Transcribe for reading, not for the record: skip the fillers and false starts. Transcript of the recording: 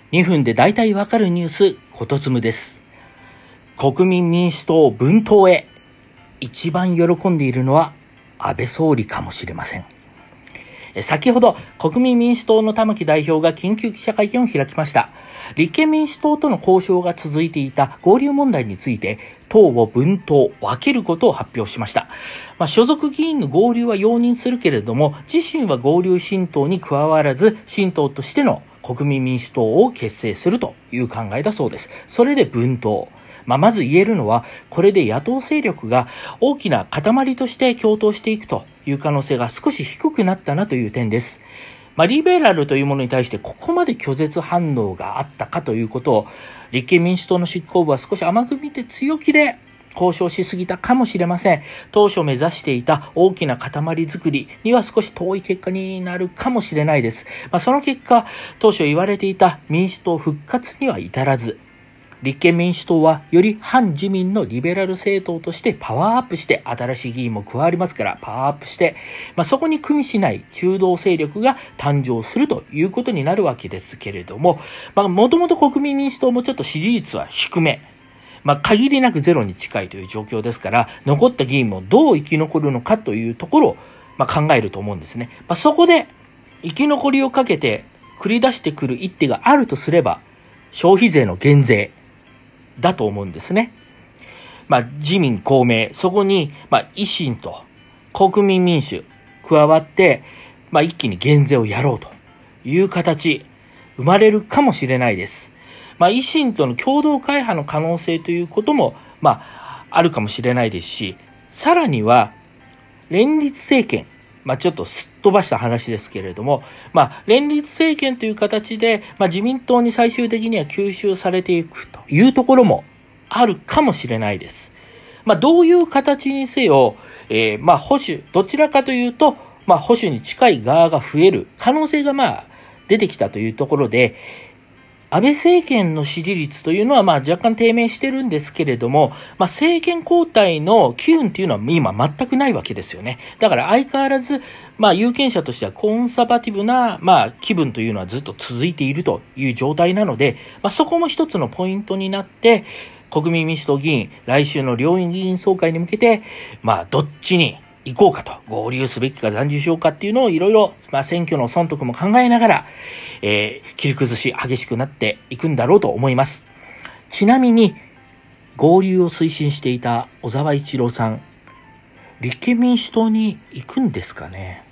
2分で大体わかるニュース、ことつむです。国民民主党分党へ。一番喜んでいるのは安倍総理かもしれません。先ほど国民民主党の玉木代表が緊急記者会見を開きました。立憲民主党との交渉が続いていた合流問題について、党を分党、分けることを発表しました。所属議員の合流は容認するけれども、自身は合流新党に加わらず、新党としての国民民主党を結成するという考えだそうです。それで分党。まず言えるのは、これで野党勢力が大きな塊として共闘していくという可能性が少し低くなったなという点です。リベラルというものに対してここまで拒絶反応があったかということを、立憲民主党の執行部は少し甘く見て強気で交渉しすぎたかもしれません。当初目指していた大きな塊作りには少し遠い結果になるかもしれないです。その結果、当初言われていた民主党復活には至らず、立憲民主党はより反自民のリベラル政党としてパワーアップして、新しい議員も加わりますからパワーアップして、そこに組みしない中道勢力が誕生するということになるわけですけれども、もともと国民民主党もちょっと支持率は低め、限りなくゼロに近いという状況ですから、残った議員もどう生き残るのかというところを考えると思うんですね。そこで生き残りをかけて繰り出してくる一手があるとすれば、消費税の減税だと思うんですね。自民公明、そこに維新と国民民主加わって、一気に減税をやろうという形生まれるかもしれないです。維新との共同会派の可能性ということもあるかもしれないですし、さらには連立政権、ちょっとすっ飛ばした話ですけれども、連立政権という形で、自民党に最終的には吸収されていくというところもあるかもしれないです。どういう形にせよ、保守、どちらかというと、保守に近い側が増える可能性が出てきたというところで、安倍政権の支持率というのは若干低迷してるんですけれども、政権交代の機運というのは今全くないわけですよね。だから相変わらず、有権者としてはコンサバティブな、気分というのはずっと続いているという状態なので、そこも一つのポイントになって、国民民主党議員、来週の両院議員総会に向けて、どっちに行こうかと、合流すべきか残留しようかっていうのをいろいろ、選挙の損得も考えながら、切り崩し激しくなっていくんだろうと思います。ちなみに、合流を推進していた小沢一郎さん、立憲民主党に行くんですかね。